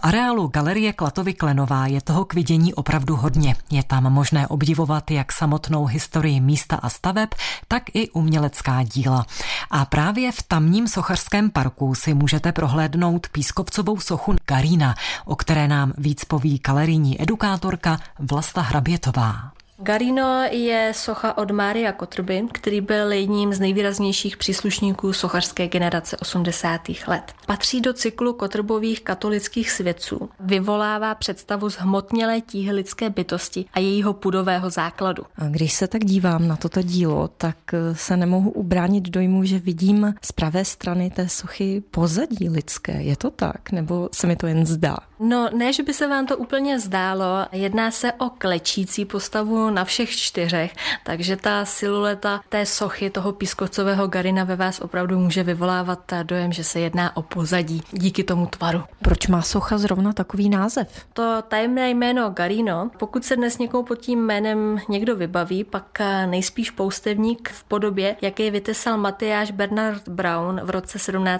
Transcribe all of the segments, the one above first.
areálu Galerie Klatovy Klenová je toho k vidění opravdu hodně. Je tam možné obdivovat jak samotnou historii místa a staveb, tak i umělecká díla. A právě v tamním sochařském parku si můžete prohlédnout pískovcovou sochu Garína, o které nám víc poví galerijní edukátorka Vlasta Hrabětová. Garíno je socha od Mária Kotrby, který byl jedním z nejvýraznějších příslušníků sochařské generace 80. let. Patří do cyklu Kotrbových katolických svědců. Vyvolává představu zhmotnělé tíhy lidské bytosti a jejího pudového základu. A když se tak dívám na toto dílo, tak se nemohu ubránit dojmu, že vidím z pravé strany té sochy pozadí lidské. Je to tak? Nebo se mi to jen zdá? No, ne, že by se vám to úplně zdálo. Jedná se o klečící postavu na všech čtyřech, takže ta silueta té sochy, toho pískovcového Garína ve vás opravdu může vyvolávat dojem, že se jedná o pozadí díky tomu tvaru. Proč má socha zrovna takový název? To tajemné jméno Garíno, pokud se dnes někomu pod tím jménem někdo vybaví, pak nejspíš poustevník v podobě, jaký vytesal Matyáš Bernard Braun v roce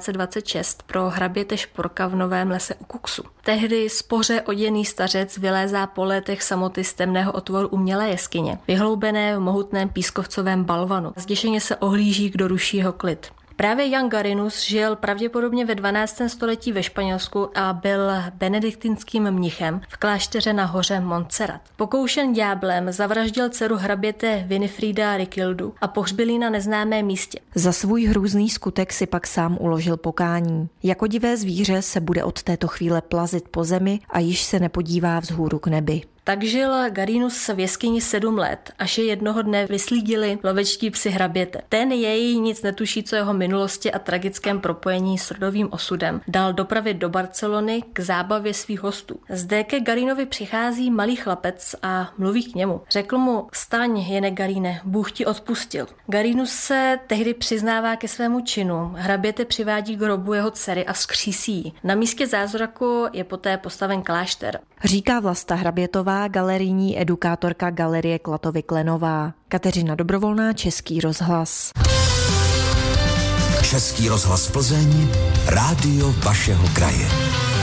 1726 pro hraběte Šporka v Novém Lese u Kuxu. Tehdy spoře oděný stařec vylézá po letech samoty z temného otvoru umělé jeskyně, vyhloubené v mohutném pískovcovém balvanu. Zděšeně se ohlíží, kdo ruší jeho klid. Právě Jan Garinus žil pravděpodobně ve 12. století ve Španělsku a byl benediktinským mnichem v klášteře na hoře Montserrat. Pokoušen ďáblem zavraždil dceru hraběte Winifrida Rikildu a pohřbil ji na neznámém místě. Za svůj hrůzný skutek si pak sám uložil pokání. Jako divé zvíře se bude od této chvíle plazit po zemi a již se nepodívá vzhůru k nebi. Tak žil Garinus v jeskyni 7 let, až je jednoho dne vyslídili lovečtí psi hraběte. Ten jej nic netuší, co jeho minulosti a tragickém propojení s rodovým osudem dal dopravit do Barcelony k zábavě svých hostů. Zde ke Garínovi přichází malý chlapec a mluví k němu. Řekl mu: "Staň, jene Garíne, Bůh ti odpustil." Garinus se tehdy přiznává ke svému činu. Hraběte přivádí k hrobu jeho dcery a vzkřísí ji. Na místě zázraku je poté postaven klášter. Říká Vlasta Hrabětová, galerijní edukátorka Galerie Klatovy Klenová. Kateřina Dobrovolná, Český rozhlas. Český rozhlas Plzeň, rádio vašeho kraje.